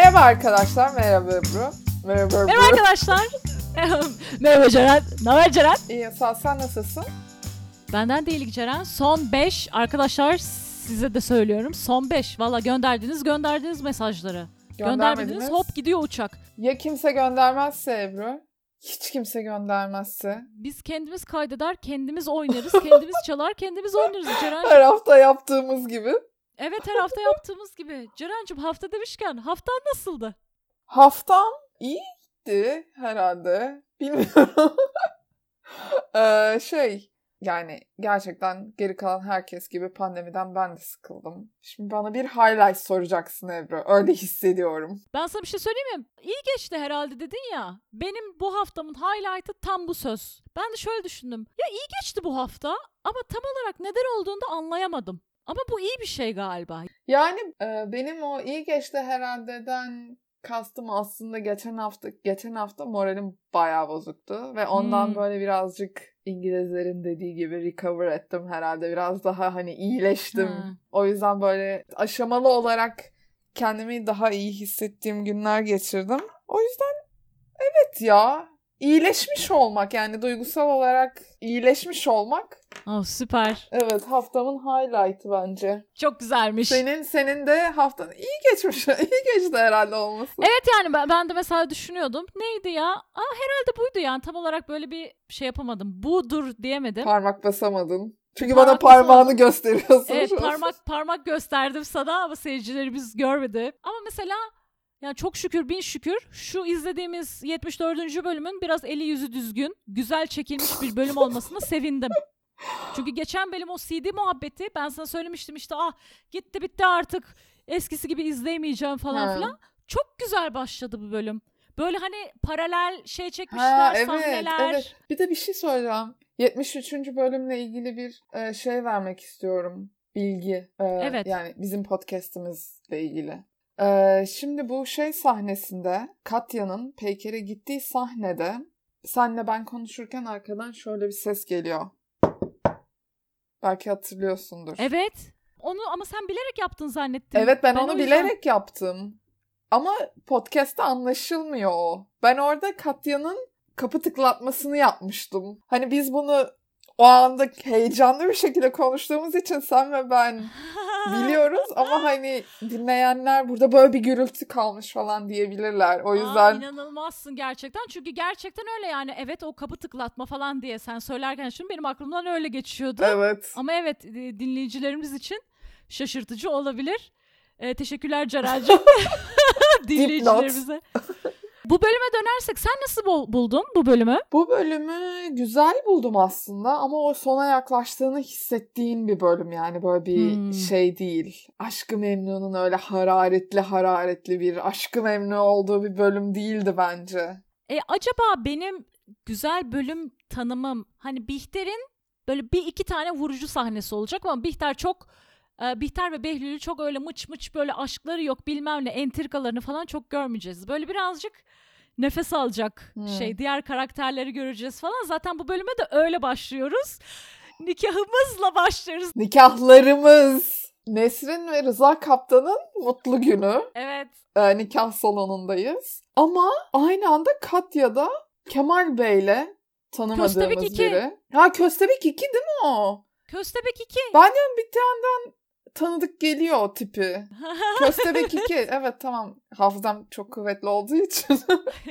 Merhaba arkadaşlar, merhaba Ebru. Merhaba arkadaşlar. Merhaba Ceren. Ne haber Ceren? İyi, sen nasılsın? Benden de iyilik Ceren. Son 5 arkadaşlar, size de söylüyorum. Son 5. Valla gönderdiniz mesajları. Göndermediniz, hop gidiyor uçak. Ya kimse göndermezse Ebru? Hiç kimse göndermezse. Biz kendimiz kaydeder, kendimiz oynarız, kendimiz çalar, kendimiz oynarız Ceren. Her hafta yaptığımız gibi. Evet, her hafta yaptığımız gibi. Ceren'cim, hafta demişken haftan nasıldı? Haftam iyiydi herhalde. Bilmiyorum. Yani gerçekten geri kalan herkes gibi pandemiden ben de sıkıldım. Şimdi bana bir highlight soracaksın Ebru. Öyle hissediyorum. Ben sana bir şey söyleyeyim mi? İyi geçti herhalde dedin ya. Benim bu haftamın highlight'ı tam bu söz. Ben de şöyle düşündüm. Ya iyi geçti bu hafta ama tam olarak neden olduğunu da anlayamadım. Ama bu iyi bir şey galiba. Yani benim o iyi geçti herhaldeden kastım aslında geçen hafta moralim bayağı bozuktu ve ondan böyle birazcık İngilizlerin dediği gibi recover ettim herhalde, biraz daha hani iyileştim. O yüzden böyle aşamalı olarak kendimi daha iyi hissettiğim günler geçirdim. O yüzden evet ya, iyileşmiş olmak, yani duygusal olarak iyileşmiş olmak. Oh, süper. Evet, haftamın highlight'ı bence. Çok güzelmiş. Senin de haftan iyi geçmiş. İyi geçti herhalde olması. Evet, yani ben de mesela düşünüyordum. Neydi ya? Herhalde buydu yani. Tam olarak böyle bir şey yapamadım. Budur diyemedim. Parmak basamadın. Çünkü bana parmağını gösteriyorsun. Evet, parmak gösterdim sana ama seyircilerimiz görmedi. Ama mesela yani çok şükür, bin şükür şu izlediğimiz 74. bölümün biraz eli yüzü düzgün, güzel çekilmiş bir bölüm olmasına sevindim. Çünkü geçen bölüm o CD muhabbeti, ben sana söylemiştim işte, gitti bitti artık, eskisi gibi izleyemeyeceğim falan filan. Çok güzel başladı bu bölüm. Böyle hani paralel şey çekmişler, sahneler. Evet. Bir de bir şey söyleyeceğim. 73. bölümle ilgili bir şey vermek istiyorum. Bilgi. Evet. Yani bizim podcast'imizle ilgili. Şimdi bu şey sahnesinde, Katya'nın Peyker'e gittiği sahnede senle ben konuşurken arkadan şöyle bir ses geliyor. Belki hatırlıyorsundur. Evet. Onu ama sen bilerek yaptın zannettim. Evet, ben onu bilerek yaptım. Ama podcast'ta anlaşılmıyor o. Ben orada Katya'nın kapı tıklatmasını yapmıştım. Hani biz bunu o anda heyecanlı bir şekilde konuştuğumuz için sen ve ben biliyoruz ama hani dinleyenler burada böyle bir gürültü kalmış falan diyebilirler. O yüzden... İnanılmazsın gerçekten. Çünkü gerçekten öyle yani. Evet, o kapı tıklatma falan diye sen söylerken şimdi benim aklımdan öyle geçiyordu. Evet. Ama evet, dinleyicilerimiz için şaşırtıcı olabilir. Teşekkürler Ceren'cim. Dinleyicilerimize. Bu bölüme dönersek sen nasıl buldun bu bölümü? Bu bölümü güzel buldum aslında ama o sona yaklaştığını hissettiğin bir bölüm, yani böyle bir şey değil. Aşk-ı Memnu'nun öyle hararetli bir Aşk-ı Memnu olduğu bir bölüm değildi bence. Acaba benim güzel bölüm tanımım hani Bihter'in böyle bir iki tane vurucu sahnesi olacak ama Bihter ve Behlül'ü çok öyle mıç böyle aşkları yok, bilmem ne entrikalarını falan çok görmeyeceğiz. Böyle birazcık nefes alacak diğer karakterleri göreceğiz falan. Zaten bu bölüme de öyle başlıyoruz. Nikahımızla başlıyoruz. Nikahlarımız. Nesrin ve Rıza Kaptan'ın mutlu günü. Evet. Nikah salonundayız. Ama aynı anda Katya'da Kemal Bey'le tanımadığımız Köstebek 2. biri. Köstebek 2 değil mi o? Köstebek 2. Ben diyorum bir yandan tanıdık geliyor o tipi. Köstebek 2. Evet, tamam. Hafızam çok kuvvetli olduğu için.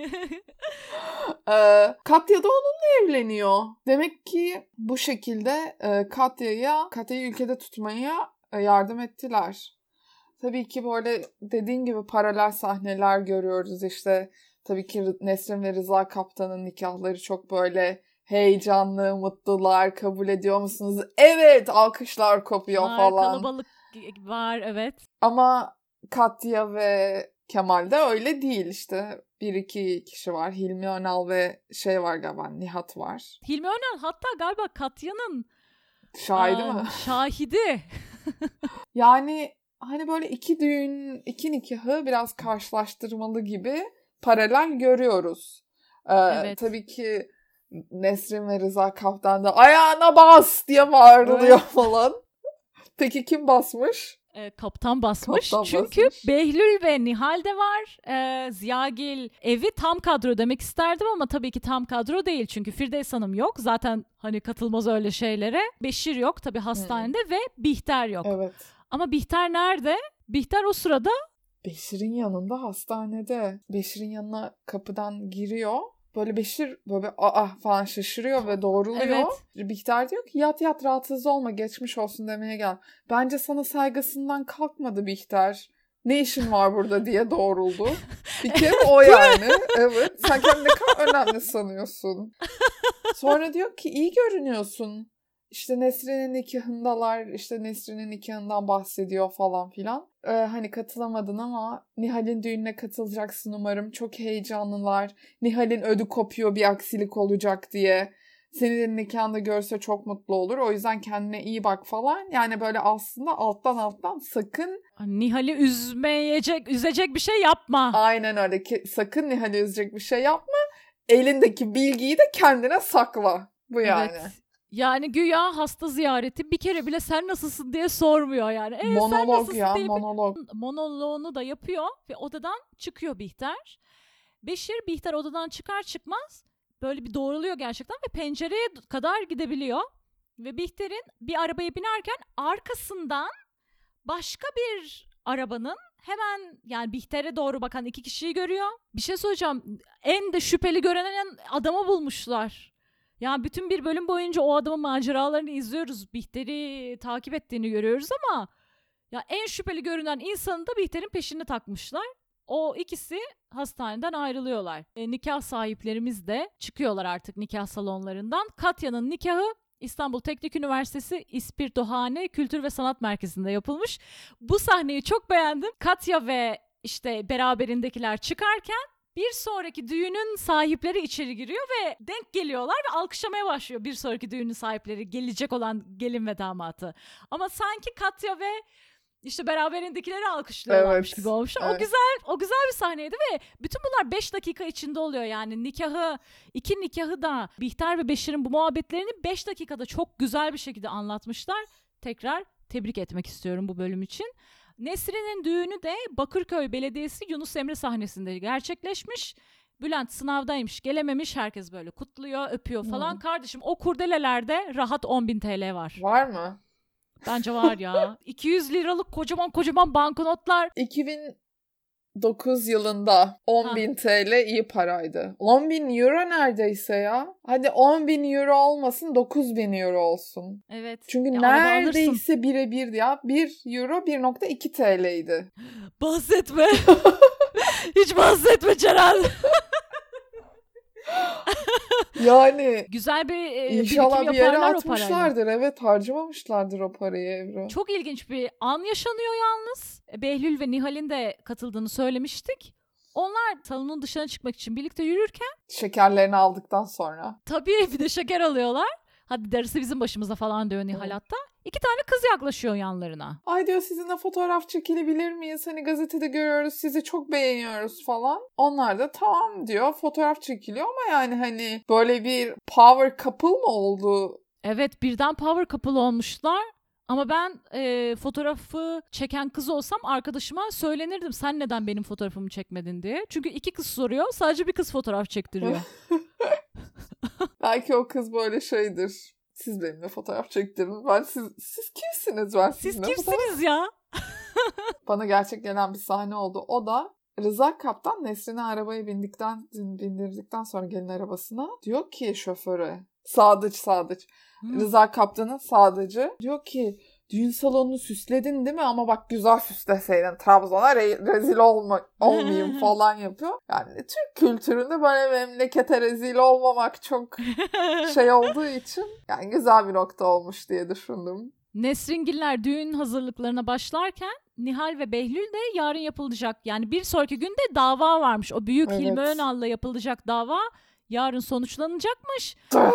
Katya da onunla evleniyor. Demek ki bu şekilde Katya'yı ülkede tutmaya yardım ettiler. Tabii ki böyle dediğin gibi paralel sahneler görüyoruz. İşte tabii ki Nesrin ve Rıza Kaptan'ın nikahları çok böyle heyecanlı, mutlular. Kabul ediyor musunuz? Evet, alkışlar kopuyor falan. Kalabalık var, evet. Ama Katya ve Kemal de öyle değil işte. Bir iki kişi var. Hilmi Önal ve var galiba, Nihat var. Hilmi Önal hatta galiba Katya'nın şahidi mi? Şahidi. Yani hani böyle iki nikahı biraz karşılaştırmalı gibi paralel görüyoruz. Evet. Tabii ki Nesrin ve Rıza Kaptan da ayağına bas diye bağırılıyor falan. Peki kim basmış? kaptan basmış. Kaptan Çünkü basmış. Behlül ve Nihal de var. Ziyagil evi tam kadro demek isterdim ama tabii ki tam kadro değil. Çünkü Firdevs Hanım yok. Zaten hani katılmaz öyle şeylere. Beşir yok tabii hastanede ve Bihter yok. Evet. Ama Bihter nerede? Bihter o sırada Beşir'in yanında hastanede. Beşir'in yanına kapıdan giriyor. Böyle Beşir böyle falan şaşırıyor ve doğruluyor. Evet. Bihter diyor ki yat rahatsız olma geçmiş olsun demeye gel. Bence sana saygısından kalkmadı Bihter. Ne işin var burada diye doğruldu. Bir kere o yani. Evet. Sen kendini ne kadar önemli sanıyorsun. Sonra diyor ki iyi görünüyorsun. İşte Nesrin'in nikahındalar. İşte Nesrin'in nikahından bahsediyor falan filan. Hani katılamadın ama Nihal'in düğününe katılacaksın umarım. Çok heyecanlılar. Nihal'in ödü kopuyor bir aksilik olacak diye. Senin nikahında görse çok mutlu olur. O yüzden kendine iyi bak falan. Yani böyle aslında alttan sakın Nihal'i üzecek bir şey yapma. aynen öyle ki sakın Nihal'i üzecek bir şey yapma. Elindeki bilgiyi de kendine sakla. Bu yani. Evet. Yani güya hasta ziyareti bir kere bile sen nasılsın diye sormuyor yani. Sen Monolog nasılsın ya diye monolog. monoloğunu da yapıyor ve odadan çıkıyor Bihter. Bihter odadan çıkar çıkmaz böyle bir doğruluyor gerçekten ve pencereye kadar gidebiliyor. Ve Bihter'in bir arabaya binerken arkasından başka bir arabanın hemen yani Bihter'e doğru bakan 2 kişiyi görüyor. Bir şey söyleyeceğim. En de şüpheli görünen adamı bulmuşlar. Yani bütün bir bölüm boyunca o adamın maceralarını izliyoruz. Bihter'i takip ettiğini görüyoruz ama ya en şüpheli görünen insanı da Bihter'in peşine takmışlar. O ikisi hastaneden ayrılıyorlar. Nikah sahiplerimiz de çıkıyorlar artık nikah salonlarından. Katya'nın nikahı İstanbul Teknik Üniversitesi İspirtohane Kültür ve Sanat Merkezi'nde yapılmış. Bu sahneyi çok beğendim. Katya ve işte beraberindekiler çıkarken bir sonraki düğünün sahipleri içeri giriyor ve denk geliyorlar ve alkışlamaya başlıyor bir sonraki düğünün sahipleri, gelecek olan gelin ve damatı. Ama sanki Katya ve işte beraberindekileri alkışlıyorlarmış gibi olmuş. Evet. O güzel bir sahneydi ve bütün bunlar 5 dakika içinde oluyor yani iki nikahı da Bihter ve Beşir'in bu muhabbetlerini 5 dakikada çok güzel bir şekilde anlatmışlar. Tekrar tebrik etmek istiyorum bu bölüm için. Nesrin'in düğünü de Bakırköy Belediyesi Yunus Emre sahnesinde gerçekleşmiş. Bülent sınavdaymış, gelememiş. Herkes böyle kutluyor, öpüyor falan. Kardeşim o kurdelelerde rahat 10.000 TL var. Var mı? Bence var ya. 200 liralık kocaman banknotlar. 2009 yılında 10.000 TL iyi paraydı. 10.000 euro neredeyse ya. Hadi 10.000 euro olmasın 9.000 euro olsun. Evet. Çünkü neredeyse birebirdi ya. 1 euro 1.2 TL'ydi. Bahsetme. Hiç bahsetme Ceren. Yani güzel bir İnşallah bir yere atmışlardır. Evet, harcamamışlardır o parayı Ebru. Çok ilginç bir an yaşanıyor yalnız. Behlül ve Nihal'in de katıldığını söylemiştik. Onlar salonun dışına çıkmak için birlikte yürürken şekerlerini aldıktan sonra. Tabii bir de şeker alıyorlar. Hadi darısı bizim başımıza falan diyor Nihal hatta. 2 tane kız yaklaşıyor yanlarına. Ay diyor sizinle fotoğraf çekilebilir miyiz? Hani gazetede görüyoruz sizi çok beğeniyoruz falan. Onlar da tamam diyor fotoğraf çekiliyor ama yani hani böyle bir power couple mı oldu? Evet birden power couple olmuşlar. Ama ben fotoğrafı çeken kız olsam arkadaşıma söylenirdim. Sen neden benim fotoğrafımı çekmedin diye. Çünkü 2 kız soruyor sadece bir kız fotoğraf çektiriyor. Belki o kız böyle şeydir. Siz benimle fotoğraf çektirin. Siz kimsiniz ben sizinle Siz kimsiniz ya? Bana gerçek gelen bir sahne oldu. O da Rıza Kaptan Nesrin'i arabaya bindirdikten sonra gelin arabasına diyor ki şoföre Sadıç. Rıza Kaptan'ın sadıcı diyor ki düğün salonunu süsledin değil mi? Ama bak güzel süsleseydin Trabzon'a rezil olmayayım falan yapıyor. Yani Türk kültüründe böyle memlekete rezil olmamak çok şey olduğu için yani güzel bir nokta olmuş diye düşündüm. Nesringiller düğün hazırlıklarına başlarken Nihal ve Behlül de yarın yapılacak. Yani bir sonraki günde dava varmış. O büyük Hilmi Önal'la yapılacak dava yarın sonuçlanacakmış.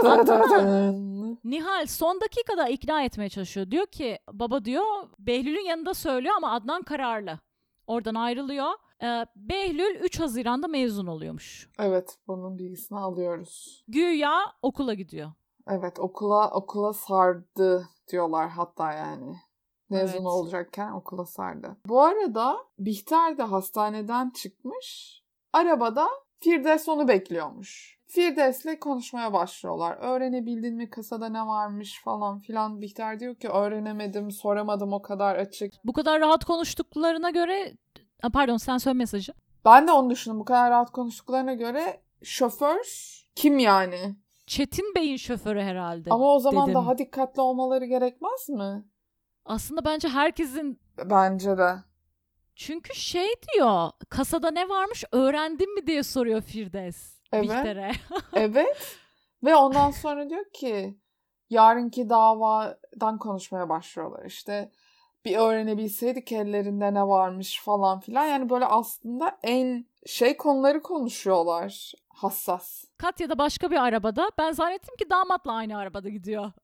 Nihal son dakikada ikna etmeye çalışıyor. Diyor ki baba diyor Behlül'ün yanında söylüyor ama Adnan kararlı. Oradan ayrılıyor. Behlül 3 Haziran'da mezun oluyormuş. Evet bunun bilgisini alıyoruz. Güya okula gidiyor. Evet okula sardı diyorlar hatta yani. Mezun Evet. olacakken okula sardı. Bu arada Bihter de hastaneden çıkmış. Arabada Firdevs onu bekliyormuş. Firdevs'le konuşmaya başlıyorlar. Öğrenebildin mi kasada ne varmış falan filan. Bihter diyor ki öğrenemedim, soramadım o kadar açık. Bu kadar rahat konuştuklarına göre... Pardon, sen söyle mesajı. Ben de onu düşündüm. Bu kadar rahat konuştuklarına göre şoför kim yani? Çetin Bey'in şoförü herhalde. Ama o zaman dedim. daha dikkatli olmaları gerekmez mi? Aslında bence herkesin... Bence de. Çünkü şey diyor, kasada ne varmış öğrendin mi diye soruyor Firdevs. Evet. Bihter'e. Evet. Ve ondan sonra diyor ki yarınki davadan konuşmaya başlıyorlar. İşte bir öğrenebilseydik ellerinde ne varmış falan filan. Yani böyle aslında en konuları konuşuyorlar. Hassas. Katya da başka bir arabada. Ben zannettim ki damatla aynı arabada gidiyor.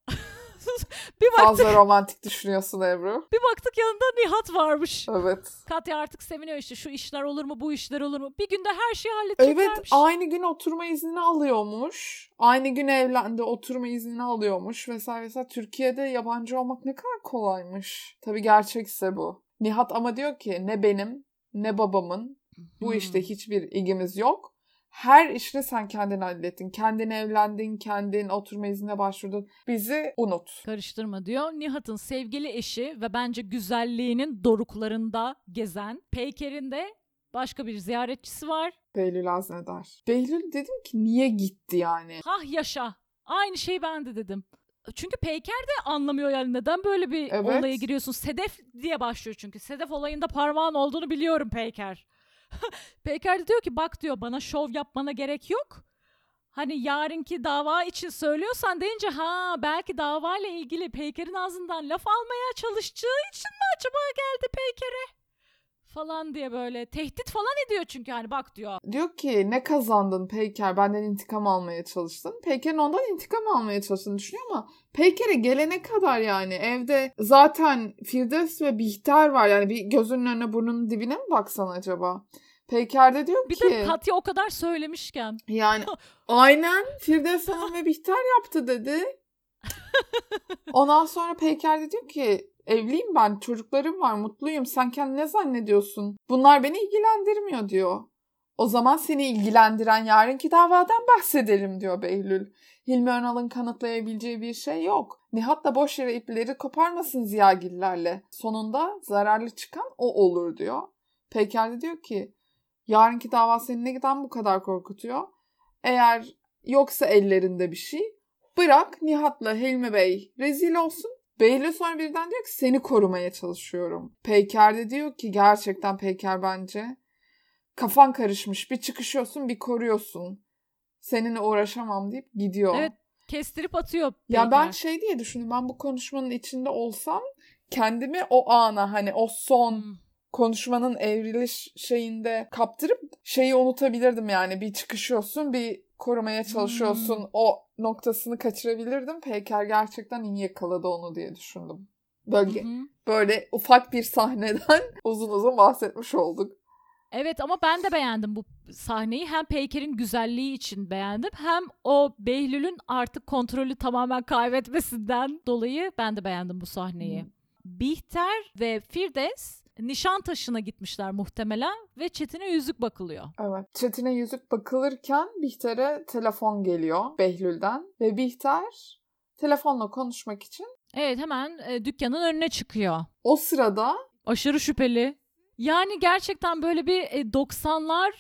bir baktık, Fazla romantik düşünüyorsun Ebru. bir baktık yanında Nihat varmış. Evet. Katya artık seviniyor işte, şu işler olur mu, bu işler olur mu? Bir günde her şeyi Evet, halledeceklermiş. aynı gün oturma izni alıyormuş. Aynı gün evlendi, oturma izni alıyormuş vesaire vesaire. Türkiye'de yabancı olmak ne kadar kolaymış. Tabii gerçekse bu. Nihat ama diyor ki ne benim ne babamın bu işte hiçbir ilgimiz yok. Her işini sen kendin hallettin. Kendin evlendin, kendin oturma iznine başvurdun. Bizi unut. Karıştırma diyor. Nihat'ın sevgili eşi ve bence güzelliğinin doruklarında gezen Peyker'in de başka bir ziyaretçisi var. Behlül Aznedar. Behlül dedim ki niye gitti yani? Hah yaşa. Aynı şeyi ben de dedim. Çünkü Peyker de anlamıyor yani neden böyle bir Evet. olaya giriyorsun. Sedef diye başlıyor çünkü. Sedef olayında parmağın olduğunu biliyorum Peyker. Peyker de diyor ki bak diyor bana şov yapmana gerek yok. Hani yarınki dava için söylüyorsan deyince belki davayla ilgili Peyker'in ağzından laf almaya çalıştığı için mi acaba geldi Peyker'e? Falan diye böyle tehdit falan ediyor çünkü hani bak diyor. Diyor ki ne kazandın Peyker? Benden intikam almaya çalıştın. Peyker'in ondan intikam almaya çalıştığını düşünüyor ama Peyker'e gelene kadar yani evde zaten Firdevs ve Bihter var. Yani bir gözünün önüne burnunun dibine mi baksan acaba? Peyker de diyor Bir ki... de Katya o kadar söylemişken. Yani aynen Firdevs Hanım ve Bihter yaptı dedi. Ondan sonra Peyker de diyor ki evliyim ben, çocuklarım var, mutluyum. Sen kendini ne zannediyorsun? Bunlar beni ilgilendirmiyor diyor. O zaman seni ilgilendiren yarınki davadan bahsedelim diyor Behlül. Hilmi Önal'ın kanıtlayabileceği bir şey yok. Nihat da boş yere ipleri koparmasın Ziyagillerle. Sonunda zararlı çıkan o olur diyor. Peyker de diyor ki yarınki dava seni neden bu kadar korkutuyor? Eğer yoksa ellerinde bir şey bırak Nihat'la Hilmi Bey rezil olsun. Behlül sonra birden diyor ki seni korumaya çalışıyorum. Peyker de diyor ki gerçekten Peyker bence kafan karışmış. Bir çıkışıyorsun bir koruyorsun. Seninle uğraşamam deyip gidiyor. Evet, kestirip atıyor Peyker. Ya ben diye düşündüm. Ben bu konuşmanın içinde olsam kendimi o ana hani o son konuşmanın evriliş şeyinde kaptırıp şeyi unutabilirdim yani. Bir çıkışıyorsun bir korumaya çalışıyorsun. O noktasını kaçırabilirdim. Peyker gerçekten iyi yakaladı onu diye düşündüm. Böyle ufak bir sahneden uzun uzun bahsetmiş olduk. Evet ama ben de beğendim bu sahneyi. Hem Peyker'in güzelliği için beğendim. Hem o Behlül'ün artık kontrolü tamamen kaybetmesinden dolayı ben de beğendim bu sahneyi. Bihter ve Firdevs Nişantaşı'na gitmişler muhtemelen ve Çetin'e yüzük bakılıyor. Evet. Çetin'e yüzük bakılırken Bihter'e telefon geliyor Behlül'den ve Bihter telefonla konuşmak için hemen dükkanın önüne çıkıyor. O sırada aşırı şüpheli. Yani gerçekten böyle bir 90'lar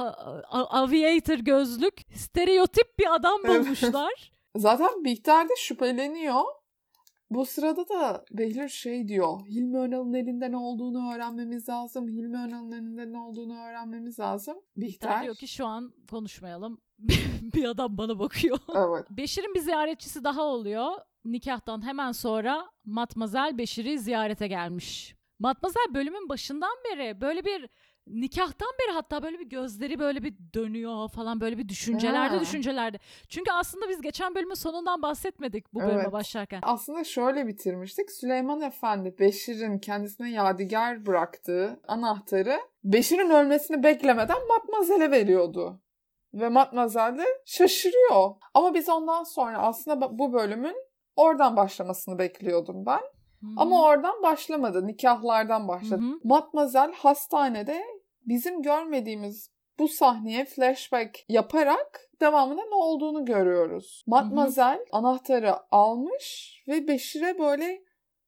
aviator gözlük stereotip bir adam bulmuşlar. Zaten Bihter de şüpheleniyor. Bu sırada da Behlül diyor. Hilmi Önal'ın elinde ne olduğunu öğrenmemiz lazım. Hilmi Önal'ın elinde ne olduğunu öğrenmemiz lazım. Bihter diyor ki şu an konuşmayalım. Bir adam bana bakıyor. Evet. Beşir'in bir ziyaretçisi daha oluyor. Nikahtan hemen sonra Matmazel Beşir'i ziyarete gelmiş. Matmazel bölümün başından beri böyle bir nikahtan beri hatta böyle bir gözleri böyle bir dönüyor falan böyle bir düşüncelerde. Çünkü aslında biz geçen bölümün sonundan bahsetmedik bu bölüme başlarken. Aslında şöyle bitirmiştik. Süleyman Efendi Beşir'in kendisine yadigar bıraktığı anahtarı Beşir'in ölmesini beklemeden Matmazel'e veriyordu. Ve Matmazel de şaşırıyor. Ama biz ondan sonra aslında bu bölümün oradan başlamasını bekliyordum ben. Ama oradan başlamadı. Nikahlardan başladı. Hı hı. Matmazel hastanede bizim görmediğimiz bu sahneye flashback yaparak devamında ne olduğunu görüyoruz. Matmazel anahtarı almış ve Beşir'e böyle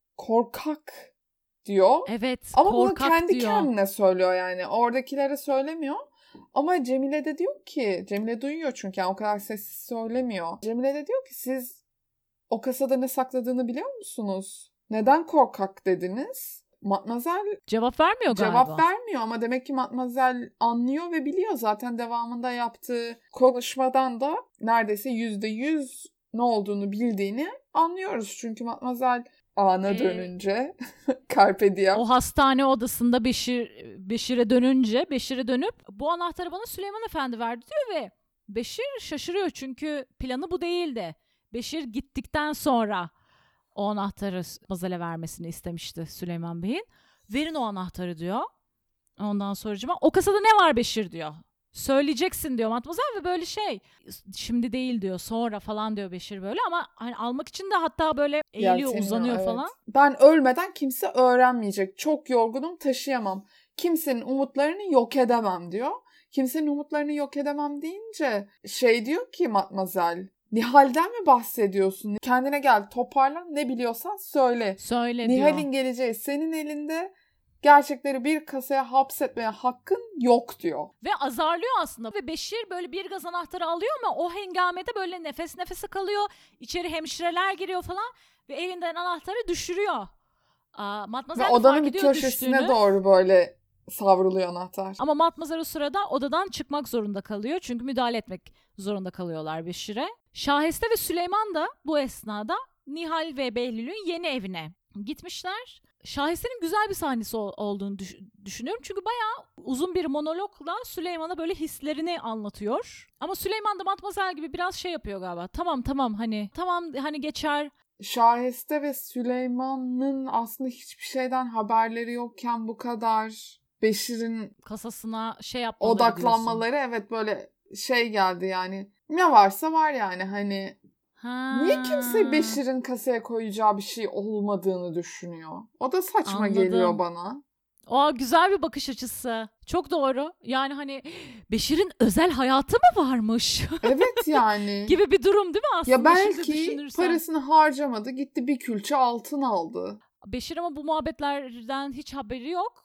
korkak diyor. Evet, ama korkak bunu kendi diyor. kendine söylüyor yani. Oradakilere söylemiyor. Ama Cemile de diyor ki, Cemile duyuyor çünkü yani o kadar sessiz söylemiyor. Cemile de diyor ki siz o kasada ne sakladığını biliyor musunuz? Neden korkak dediniz? Matmazel Cevap vermiyor galiba. cevap vermiyor ama demek ki Matmazel anlıyor ve biliyor. Zaten devamında yaptığı konuşmadan da neredeyse %100 ne olduğunu bildiğini anlıyoruz. Çünkü Matmazel ana dönünce Carpe Diem. O hastane odasında Beşir'e dönüp bu anahtarı bana Süleyman Efendi verdi diyor ve Beşir şaşırıyor çünkü planı bu değildi. Beşir gittikten sonra o anahtarı Matmazel'e vermesini istemişti Süleyman Bey'in. Verin o anahtarı diyor. Ondan sonracıma o kasada ne var Beşir diyor. Söyleyeceksin diyor Matmazel ve böyle şimdi değil diyor, sonra falan diyor Beşir böyle ama hani almak için de hatta böyle eğiliyor, uzanıyor evet. falan. Ben ölmeden kimse öğrenmeyecek. Çok yorgunum, taşıyamam. Kimsenin umutlarını yok edemem diyor. Kimsenin umutlarını yok edemem deyince diyor ki Matmazel, Nihal'den mi bahsediyorsun? Kendine gel, toparlan, ne biliyorsan söyle. Söyle Nihal'in diyor. geleceği senin elinde. Gerçekleri bir kasaya hapsetmeye hakkın yok diyor. Ve azarlıyor aslında. Ve Beşir böyle bir gaz anahtarı alıyor ama o hengamede böyle nefes nefese kalıyor. İçeri hemşireler giriyor falan ve elinden anahtarı düşürüyor. Matmazel de odanın fark bir ediyor köşesine düştüğünü. doğru böyle savruluyor anahtar. Ama Matmazel o sırada odadan çıkmak zorunda kalıyor. Çünkü müdahale etmek zorunda kalıyorlar Beşir'e. Şahiste ve Süleyman da bu esnada Nihal ve Behlül'ün yeni evine gitmişler. Şahiste'nin güzel bir sahnesi olduğunu düşünüyorum. Çünkü bayağı uzun bir monologla Süleyman'a böyle hislerini anlatıyor. Ama Süleyman da Matmazel gibi biraz yapıyor galiba. Tamam hani geçer. Şahiste ve Süleyman'ın aslında hiçbir şeyden haberleri yokken bu kadar Beşir'in kasasına yapmaları odaklanmaları diyorsun. Evet böyle geldi yani. Ne varsa var yani hani. Niye kimse Beşir'in kasaya koyacağı bir şey olmadığını düşünüyor? O da saçma geliyor bana. O güzel bir bakış açısı. Çok doğru. Yani hani Beşir'in özel hayatı mı varmış? Evet yani. gibi bir durum değil mi aslında? Ya belki parasını harcamadı, gitti bir külçe altın aldı. Beşir ama bu muhabbetlerden hiç haberi yok.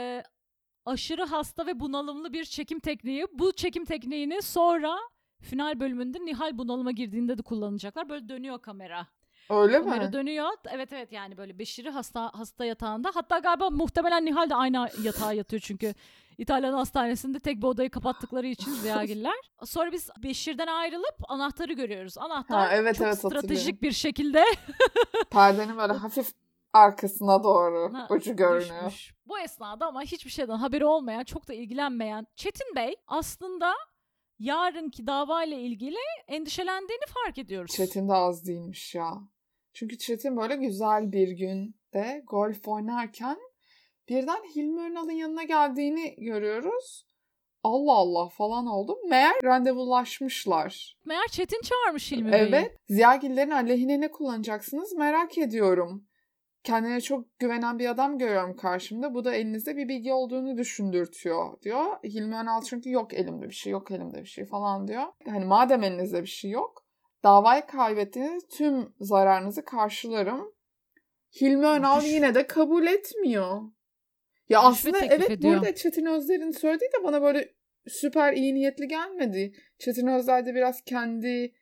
Aşırı hasta ve bunalımlı bir çekim tekniği. Bu çekim tekniğini sonra final bölümünde Nihal bunalıma girdiğinde de kullanacaklar. Böyle dönüyor kamera. Öyle mi? Kamera dönüyor. Evet yani böyle Beşir'i hasta yatağında. Hatta galiba muhtemelen Nihal de aynı yatağa yatıyor çünkü İtalyan hastanesinde tek bir odayı kapattıkları için Ziyagiller. Sonra biz Beşir'den ayrılıp anahtarı görüyoruz. Anahtar çok stratejik bir şekilde perdenin böyle hafif arkasına doğru ucu görünüyor. Düşmüş. Bu esnada ama hiçbir şeyden haberi olmayan, çok da ilgilenmeyen Çetin Bey aslında yarınki davayla ilgili endişelendiğini fark ediyoruz. Çetin de az değilmiş ya. Çünkü Çetin böyle güzel bir günde golf oynarken birden Hilmi Önal'ın yanına geldiğini görüyoruz. Allah Allah falan oldu. Meğer randevulaşmışlar. Meğer Çetin çağırmış Hilmi Bey'i. Evet. Ziyagillerin aleyhine ne kullanacaksınız merak ediyorum. Kendine çok güvenen bir adam görüyorum karşımda. Bu da elinizde bir bilgi olduğunu düşündürtüyor diyor. Hilmi Önal çünkü yok elimde bir şey falan diyor. Hani madem elinizde bir şey yok, davayı kaybettiğiniz tüm zararınızı karşılarım. Hilmi Önal yine de kabul etmiyor. Ya aslında evet burada Çetin Özder'in söylediği de bana böyle süper iyi niyetli gelmedi. Çetin Özder de biraz kendi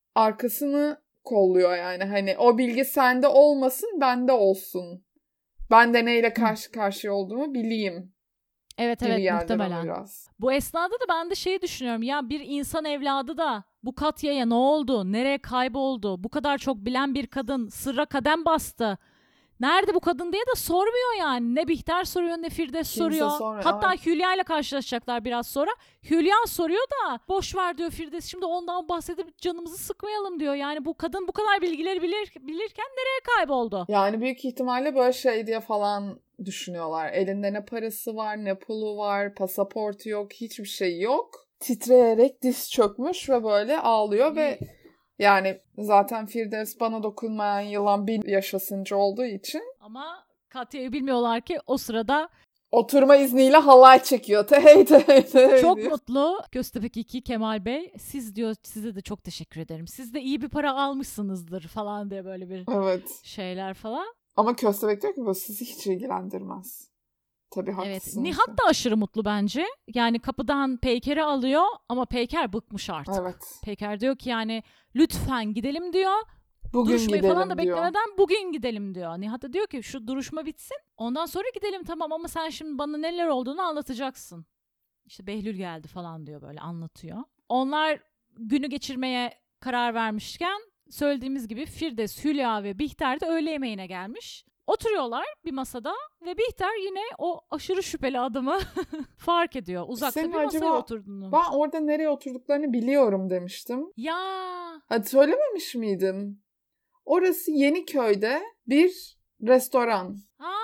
arkasını kolluyor yani. Hani o bilgi sende olmasın, bende olsun. Ben de neyle karşı karşıya olduğumu bileyim. Evet muhtemelen. Biraz. Bu esnada da ben de düşünüyorum. Ya bir insan evladı da bu Katya'ya ne oldu? Nereye kayboldu? Bu kadar çok bilen bir kadın sırra kadem bastı. Nerede bu kadın diye de sormuyor yani. Ne Bihter soruyor ne Firdevs soruyor. Hatta Hülya ile karşılaşacaklar biraz sonra. Hülya soruyor da boş ver diyor Firdevs. Şimdi ondan bahsedip canımızı sıkmayalım diyor. Yani bu kadın bu kadar bilgileri bilirken nereye kayboldu? Yani büyük ihtimalle böyle diye falan düşünüyorlar. Elinde ne parası var, ne pulu var, pasaportu yok, hiçbir şey yok. Titreyerek diz çökmüş ve böyle ağlıyor ve yani zaten Firdevs bana dokunmayan yılan bin yaşasıncı olduğu için Ama Katya'yı bilmiyorlar ki o sırada oturma izniyle halay çekiyor. Hey çok diyor. mutlu. Göztepe 2 Kemal Bey, siz diyor, size de çok teşekkür ederim. Siz de iyi bir para almışsınızdır falan diye böyle bir Evet. şeyler falan. Ama Köstebek diyor ki bu sizi hiç ilgilendirmez. Tabii haklısınız. Evet. Nihat da aşırı mutlu bence. Yani kapıdan Peyker'i alıyor ama Peyker bıkmış artık. Evet. Peyker diyor ki yani lütfen gidelim diyor. Bugün Duruşmayı gidelim falan da diyor. beklemeden bugün gidelim diyor. Nihat da diyor ki şu duruşma bitsin. Ondan sonra gidelim tamam ama sen şimdi bana neler olduğunu anlatacaksın. İşte Behlül geldi falan diyor, böyle anlatıyor. Onlar günü geçirmeye karar vermişken söylediğimiz gibi Firdevs, Hülya ve Bihter de öğle yemeğine gelmiş. Oturuyorlar bir masada ve Bihter yine o aşırı şüpheli adamı fark ediyor. Uzakta Senin bir masaya acaba, oturduğunu. ben orada nereye oturduklarını biliyorum demiştim. Ya. Hadi söylememiş miydim? Orası Yeniköy'de bir restoran.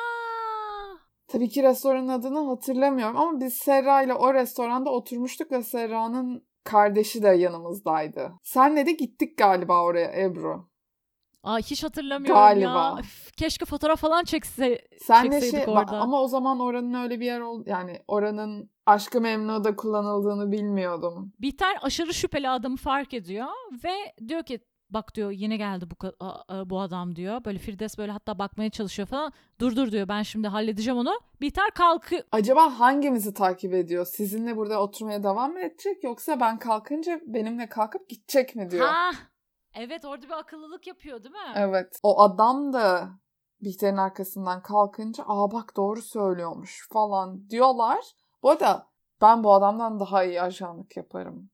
Tabii ki restoranın adını hatırlamıyorum ama biz Serra ile o restoranda oturmuştuk ve Serra'nın kardeşi de yanımızdaydı. Senle de gittik galiba oraya Ebru. Hiç hatırlamıyorum Galiba. ya. Keşke fotoğraf falan Senle çekseydik orada. Ama o zaman oranın öyle bir yer yani oranın Aşk-ı Memnu'da kullanıldığını bilmiyordum. Bihter aşırı şüpheli adamı fark ediyor ve diyor ki bak diyor yine geldi bu adam diyor. Böyle Firdevs böyle hatta bakmaya çalışıyor falan. Dur diyor, ben şimdi halledeceğim onu. Bihter kalkıyor. Acaba hangimizi takip ediyor? Sizinle burada oturmaya devam mı edecek yoksa ben kalkınca benimle kalkıp gidecek mi diyor. Evet, orada bir akıllılık yapıyor değil mi? Evet. O adam da Bihter'in arkasından kalkınca bak doğru söylüyormuş falan diyorlar. Bu arada ben bu adamdan daha iyi ajanlık yaparım.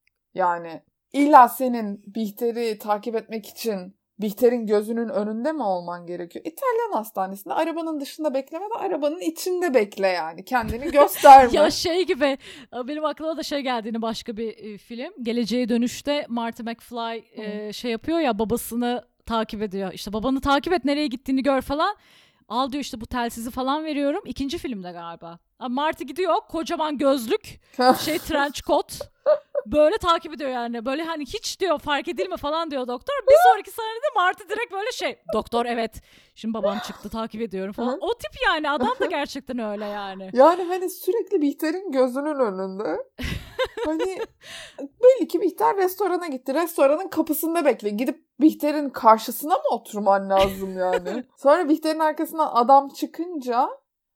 Yani illa senin Bihter'i takip etmek için Bihter'in gözünün önünde mi olman gerekiyor? İtalyan hastanesinde arabanın dışında bekleme de arabanın içinde bekle yani. Kendini gösterme. Ya şey gibi, benim aklıma da şey geldiğini başka bir film. Geleceğe Dönüş'te Marty McFly şey yapıyor ya, babasını takip ediyor. İşte babanı takip et, nereye gittiğini gör falan. Al diyor işte bu telsizi falan veriyorum. İkinci filmde galiba. Marty gidiyor, kocaman gözlük, trench coat. Böyle takip ediyor yani. Böyle hani hiç diyor fark edilme falan diyor doktor. Bir sonraki sahnede Marty direkt böyle doktor evet. Şimdi babam çıktı takip ediyorum falan. O tip yani, adam da gerçekten öyle yani. Yani hani sürekli Bihter'in gözünün önünde. Hani belli ki Bihter restorana gitti. Restoranın kapısında bekle. Gidip Bihter'in karşısına mı oturman lazım yani? Sonra Bihter'in arkasından adam çıkınca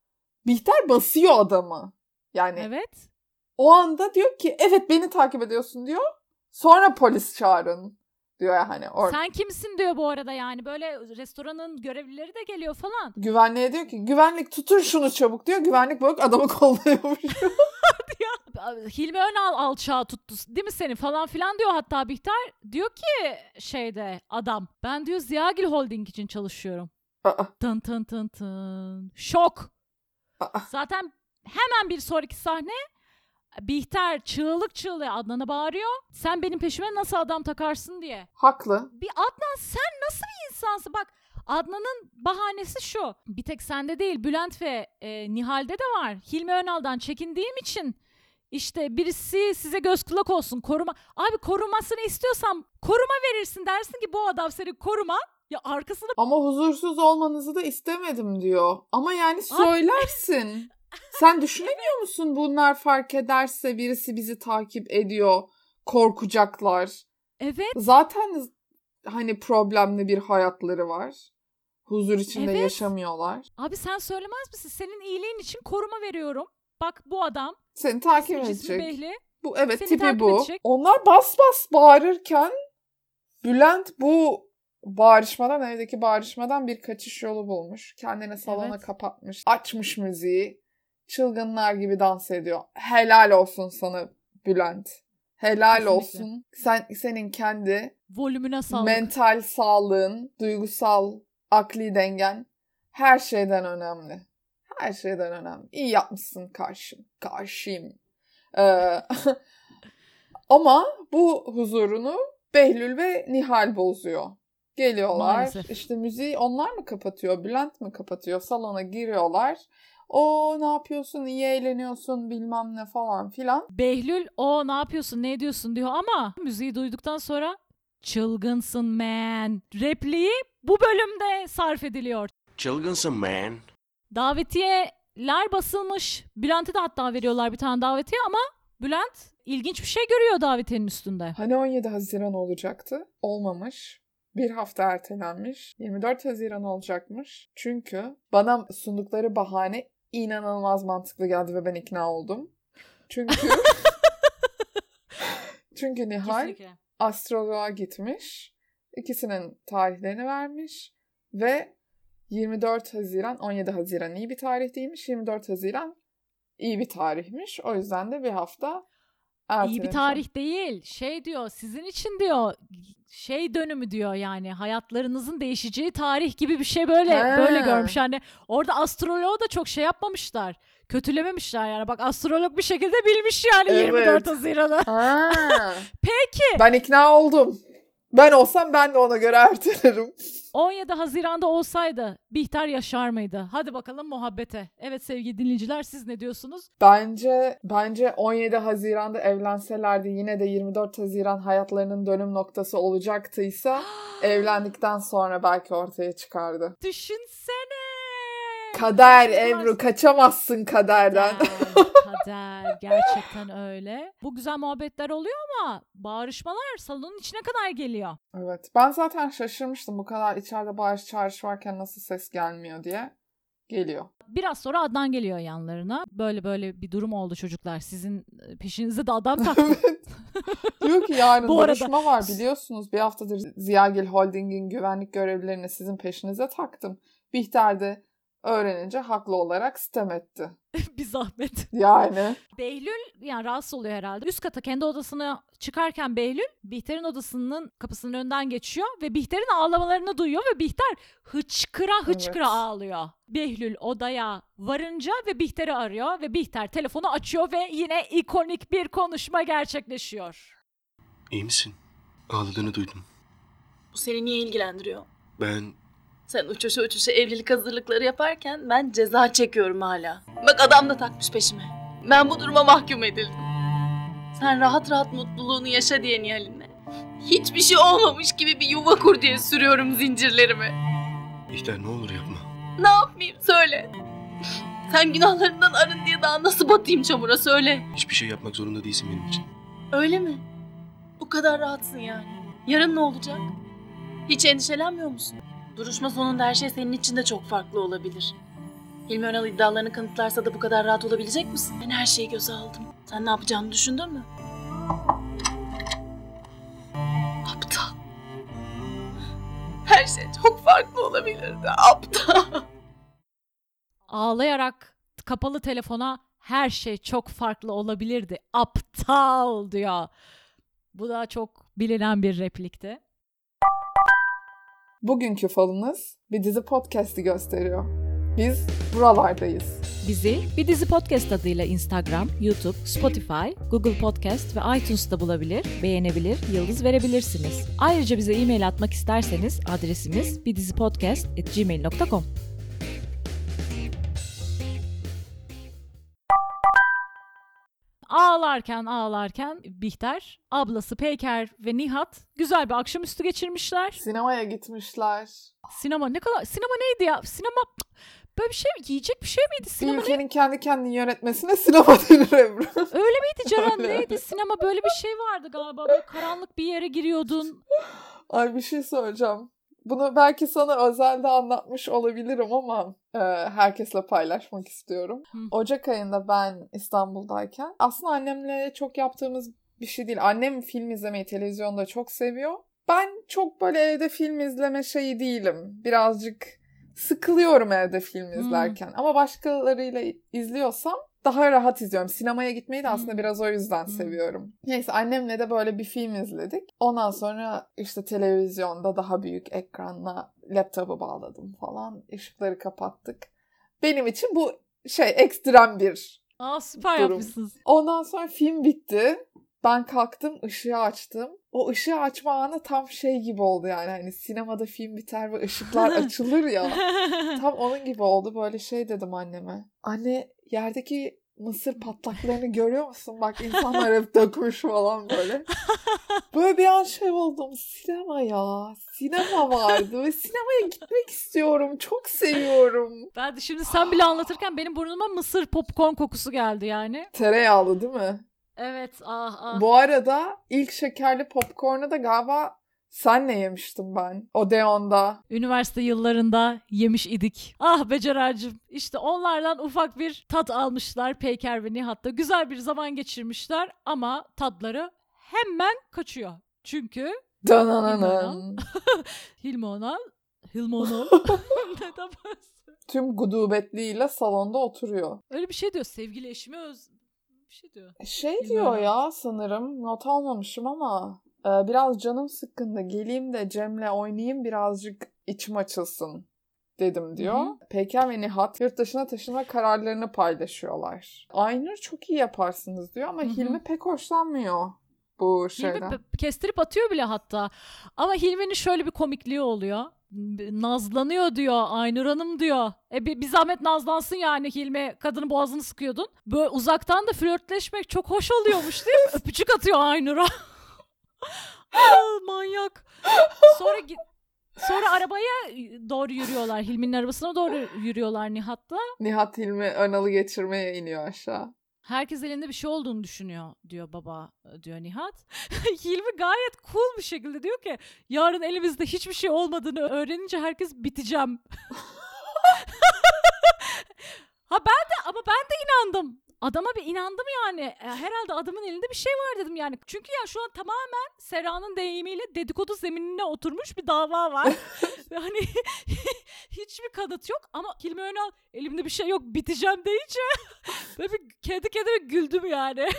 Bihter basıyor adamı. Yani evet. O anda diyor ki evet beni takip ediyorsun diyor. Sonra polis çağırın diyor yani. Sen kimsin diyor bu arada yani. Böyle restoranın görevlileri de geliyor falan. Güvenliğe diyor ki güvenlik tutun şunu çabuk diyor. Güvenlik böyle adamı kolluyormuş. Hilmi Önal alçağı tuttu değil mi seni falan filan diyor hatta Bihter. Diyor ki adam ben diyor Ziyagil Holding için çalışıyorum. Tın tın tın tın. Şok. Zaten hemen bir sonraki sahne Bihter çığlığa Adnan'a bağırıyor. Sen benim peşime nasıl adam takarsın diye. Haklı. Bir Adnan sen nasıl bir insansın? Bak Adnan'ın bahanesi şu. Bir tek sende değil, Bülent ve Nihal'de de var. Hilmi Önal'dan çekindiğim için işte birisi size göz kulak olsun, koruma. Abi korumasını istiyorsan koruma verirsin, dersin ki bu adam seni koruma. Ya arkasını... Ama huzursuz olmanızı da istemedim diyor. Ama yani söylersin. Sen düşünemiyor musun bunlar fark ederse birisi bizi takip ediyor, korkacaklar. Evet. Zaten hani problemli bir hayatları var. Huzur içinde yaşamıyorlar. Abi sen söylemez misin? Senin iyiliğin için koruma veriyorum. Bak bu adam. Seni takip edecek. Behli. Bu evet Seni tipi bu. edecek. Onlar bas bağırırken Bülent bu evdeki bağırışmadan bir kaçış yolu bulmuş. Kendini salona kapatmış. Açmış müziği. Çılgınlar gibi dans ediyor. Helal olsun sana Bülent. Helal Kesinlikle. Olsun. Senin kendi volümüne sağlık. Mental sağlığın, duygusal, akli dengen her şeyden önemli. Her şeyden önemli. İyi yapmışsın karşıyım. Ama bu huzurunu Behlül ve Nihal bozuyor. Geliyorlar. Maalesef. İşte müziği onlar mı kapatıyor? Bülent mi kapatıyor? Salona giriyorlar. Ne yapıyorsun? İyi eğleniyorsun bilmem ne falan filan. Behlül ne yapıyorsun? Ne ediyorsun diyor ama müziği duyduktan sonra çılgınsın man repliği bu bölümde sarf ediliyor. Çılgınsın man. Davetiyeler basılmış. Bülent'e de hatta veriyorlar bir tane davetiye ama Bülent ilginç bir şey görüyor davetiyenin üstünde. Hani 17 Haziran olacaktı. Olmamış. Bir hafta ertelenmiş. 24 Haziran olacakmış. Çünkü bana sundukları bahane inanılmaz mantıklı geldi ve ben ikna oldum. Çünkü Nihal Kesinlikle. astroloğa gitmiş. İkisinin tarihlerini vermiş ve 24 Haziran, 17 Haziran iyi bir tarih değilmiş. 24 Haziran iyi bir tarihmiş. O yüzden de bir hafta ertelemiş. İyi bir tarih değil. Şey diyor, sizin için diyor, şey dönümü diyor yani hayatlarınızın değişeceği tarih gibi bir şey böyle görmüş. Yani orada astroloğu da çok şey yapmamışlar. Kötülememişler yani. Bak astrolog bir şekilde bilmiş yani Evet. 24 Haziran'ı. Peki. Ben ikna oldum. Ben olsam ben de ona göre ertelerim. 17 Haziran'da olsaydı Bihter yaşar mıydı? Hadi bakalım muhabbete. Evet sevgili dinleyiciler siz ne diyorsunuz? Bence 17 Haziran'da evlenselerdi yine de 24 Haziran hayatlarının dönüm noktası olacaktıysa evlendikten sonra belki ortaya çıkardı. Düşünsene. Kader Ebru, kaçamazsın kaderden. Kader gerçekten öyle. Bu güzel muhabbetler oluyor ama bağırışmalar salonun içine kadar geliyor. Evet. Ben zaten şaşırmıştım bu kadar içeride bağırış çağırış varken nasıl ses gelmiyor diye. Geliyor. Biraz sonra Adnan geliyor yanlarına. Böyle bir durum oldu çocuklar. Sizin peşinize de adam taktı. Diyor ki yarın Bu arada- duruşma var biliyorsunuz. Bir haftadır Ziyagil Holding'in güvenlik görevlilerini sizin peşinize taktım. Bihter de öğrenince haklı olarak sitem etti. Bir zahmet. Yani. Behlül yani rahatsız oluyor herhalde. Üst kata kendi odasına çıkarken Behlül Bihter'in odasının kapısının önünden geçiyor ve Bihter'in ağlamalarını duyuyor ve Bihter hıçkıra Evet. ağlıyor. Behlül odaya varınca ve Bihter'i arıyor ve Bihter telefonu açıyor ve yine ikonik bir konuşma gerçekleşiyor. İyi misin? Ağladığını duydum. Bu seni niye ilgilendiriyor? Ben Sen uçuşa evlilik hazırlıkları yaparken ben ceza çekiyorum hala. Bak adam da takmış peşime. Ben bu duruma mahkum edildim. Sen rahat rahat mutluluğunu yaşa diye Nihal'inle. Hiçbir şey olmamış gibi bir yuva kur diye sürüyorum zincirlerimi. Bihter ne olur yapma. Ne yapmayayım söyle. Sen günahlarından arın diye daha nasıl batayım çamura söyle. Hiçbir şey yapmak zorunda değilsin benim için. Öyle mi? Bu kadar rahatsın yani. Yarın ne olacak? Hiç endişelenmiyor musun? Duruşma sonunda her şey senin için de çok farklı olabilir. Hilmi Önal iddialarını kanıtlarsa da bu kadar rahat olabilecek misin? Ben her şeyi göze aldım. Sen ne yapacağını düşündün mü? Aptal. Her şey çok farklı olabilirdi. Aptal. Ağlayarak kapalı telefona her şey çok farklı olabilirdi. Aptal diyor. Bu da çok bilinen bir replikti. Bugünkü falınız bir dizi podcast'i gösteriyor. Biz buralardayız. Bizi Bir Dizi Podcast adıyla Instagram, YouTube, Spotify, Google Podcast ve iTunes'ta bulabilir, beğenebilir, yıldız verebilirsiniz. Ayrıca bize e-mail atmak isterseniz adresimiz bidizipodcast@gmail.com. Ağlarken Bihter, ablası Peyker ve Nihat güzel bir akşamüstü geçirmişler. Sinemaya gitmişler. Sinema neydi ya? Sinema böyle bir şey yiyecek bir şey miydi? Bir Sinema ülkenin kendi kendini yönetmesine sinema denir Ebru. öyle miydi Ceren? Öyle. Neydi? Sinema böyle bir şey vardı galiba. Böyle karanlık bir yere giriyordun. Ay bir şey söyleyeceğim. Bunu belki sana özelde anlatmış olabilirim ama herkesle paylaşmak istiyorum. Hı. Ocak ayında ben İstanbul'dayken aslında annemle çok yaptığımız bir şey değil. Annem film izlemeyi televizyonda çok seviyor. Ben çok böyle evde film izleme şeyi değilim. Birazcık sıkılıyorum evde film izlerken. Ama başkalarıyla izliyorsam daha rahat izliyorum. Sinemaya gitmeyi de aslında biraz o yüzden seviyorum. Neyse annemle de böyle bir film izledik. Ondan sonra işte televizyonda daha büyük ekranla laptopu bağladım falan. Işıkları kapattık. Benim için bu ekstrem bir Süper durum. yapmışsınız. Ondan sonra film bitti. Ben kalktım, ışığı açtım. O ışığı açma anı tam şey gibi oldu yani. Hani sinemada film biter ve ışıklar açılır ya. Tam onun gibi oldu. Böyle şey dedim anneme. Anne yerdeki mısır patlaklarını görüyor musun? Bak insanlar hep dökmüş falan böyle. Böyle bir an şey oldum. Sinema ya. Sinema vardı ve sinemaya gitmek istiyorum. Çok seviyorum. Ben de şimdi sen bile anlatırken benim burnuma mısır popcorn kokusu geldi yani. Tereyağlı değil mi? Evet, ah. Bu arada ilk şekerli popcorn'u da galiba senle yemiştim ben. Odeon'da. Üniversite yıllarında yemiş idik. Ah be Cerar'cığım. İşte onlardan ufak bir tat almışlar Peyker ve Nihat'ta. Güzel bir zaman geçirmişler ama tatları hemen kaçıyor. Çünkü Danananan. Hilmi ona neden Tüm gudubetliğiyle salonda oturuyor. öyle bir şey diyor. Sevgili eşime bir şey diyor. Şey Bilmiyorum. diyor ya sanırım. Not almamışım ama biraz canım sıkkındı. Geleyim de Cem'le oynayayım birazcık içim açılsın dedim diyor. Hı hı. Peyker ve Nihat yurt dışına taşınma kararlarını paylaşıyorlar. Aynur çok iyi yaparsınız diyor ama Hı hı. Hilmi pek hoşlanmıyor bu şeyden. Hilmi kestirip atıyor bile hatta. Ama Hilmi'nin şöyle bir komikliği oluyor. Nazlanıyor diyor. Aynur Hanım diyor. Bir zahmet nazlansın yani Hilmi. Kadının boğazını sıkıyordun. Böyle uzaktan da flörtleşmek çok hoş oluyormuş değil mi? Öpücük atıyor Aynur'a. Aa, manyak. Sonra arabaya doğru yürüyorlar. Hilmi'nin arabasına doğru yürüyorlar Nihat'la. Nihat Hilmi Önal'ı geçirmeye iniyor aşağı. Herkes elinde bir şey olduğunu düşünüyor diyor baba, diyor Nihat. Hilmi gayet cool bir şekilde diyor ki yarın elimizde hiçbir şey olmadığını öğrenince herkes biteceğim. Ben de inandım. Adama bir inandım yani. Herhalde adamın elinde bir şey var dedim yani. Çünkü ya şu an tamamen Sera'nın deyimiyle dedikodu zeminine oturmuş bir dava var. Ve hani hiçbir kanıt yok ama Hilmi Önal elimde bir şey yok biteceğim deyince böyle bir kendi kendime güldüm yani.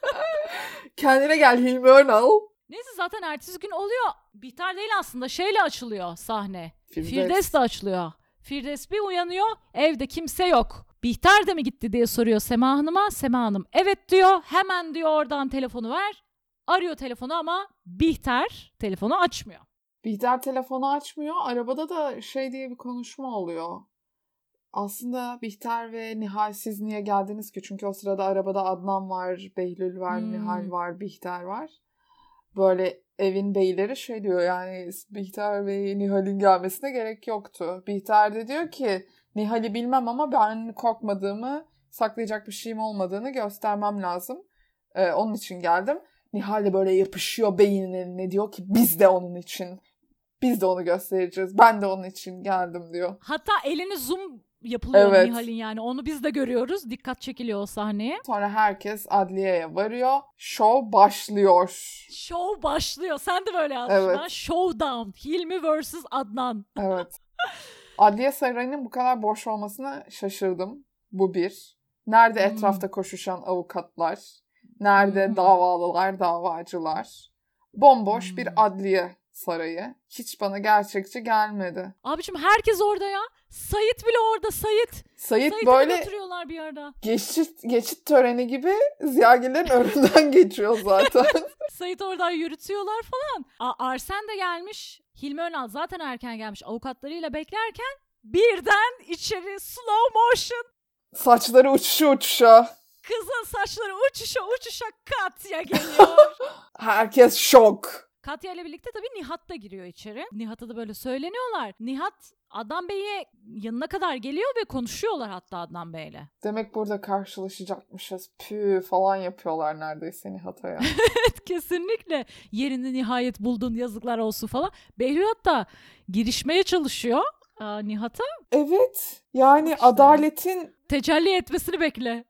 Kendine gel Hilmi Önal. Neyse zaten ertesi gün oluyor. Bihter değil aslında şeyle açılıyor sahne. Firdevs. Firdevs de açılıyor. Firdevs bir uyanıyor evde kimse yok. Bihter de mi gitti diye soruyor Sema Hanım'a. Sema Hanım evet diyor. Hemen diyor oradan telefonu ver. Arıyor telefonu ama Bihter telefonu açmıyor. Bihter telefonu açmıyor. Arabada da şey diye bir konuşma oluyor. Aslında Bihter ve Nihal siz niye geldiniz ki? Çünkü o sırada arabada Adnan var, Behlül var, Nihal var, Bihter var. Böyle evin beyleri şey diyor yani Bihter ve Nihal'in gelmesine gerek yoktu. Bihter de diyor ki Nihal'i bilmem ama ben korkmadığımı, saklayacak bir şeyim olmadığını göstermem lazım. Onun için geldim. Nihal de böyle yapışıyor beynin eline diyor ki biz de onun için. Biz de onu göstereceğiz. Ben de onun için geldim diyor. Hatta elini zoom yapılıyor Evet. Nihal'in yani. Onu biz de görüyoruz. Dikkat çekiliyor o sahneye. Sonra herkes adliyeye varıyor. Show başlıyor. Show başlıyor. Sen de böyle yazmışsın. Evet. Ha? Showdown. Hilmi vs. Adnan. Evet. Adliye sarayının bu kadar boş olmasına şaşırdım. Bu bir. Nerede etrafta koşuşan avukatlar? Nerede davalılar, davacılar? Bomboş bir adliye sarayı. Hiç bana gerçekçi gelmedi. Abiciğim herkes orada ya. Sayit bile orada Sayit. Sayit Sayit'i böyle götürüyorlar bir yerde. geçit töreni gibi ziyagelerin önünden geçiyor zaten. Sayit oradan yürütüyorlar falan. Arsen de gelmiş. Hilmi Önal zaten erken gelmiş. Avukatlarıyla beklerken birden içeri slow motion. Saçları uçuşa. Kızın saçları uçuşa Katya geliyor. Herkes şok. Katya ile birlikte tabii Nihat da giriyor içeri. Nihat'a da böyle söyleniyorlar. Nihat Adnan Bey'e yanına kadar geliyor ve konuşuyorlar hatta Adnan Bey'le. Demek burada karşılaşacakmışız. Pü falan yapıyorlar neredeyse Nihat'a ya. Evet kesinlikle. Yerini nihayet buldun yazıklar olsun falan. Behlül hatta girişmeye çalışıyor Nihat'a. Evet. Yani İşte. adaletin Tecelli etmesini bekle.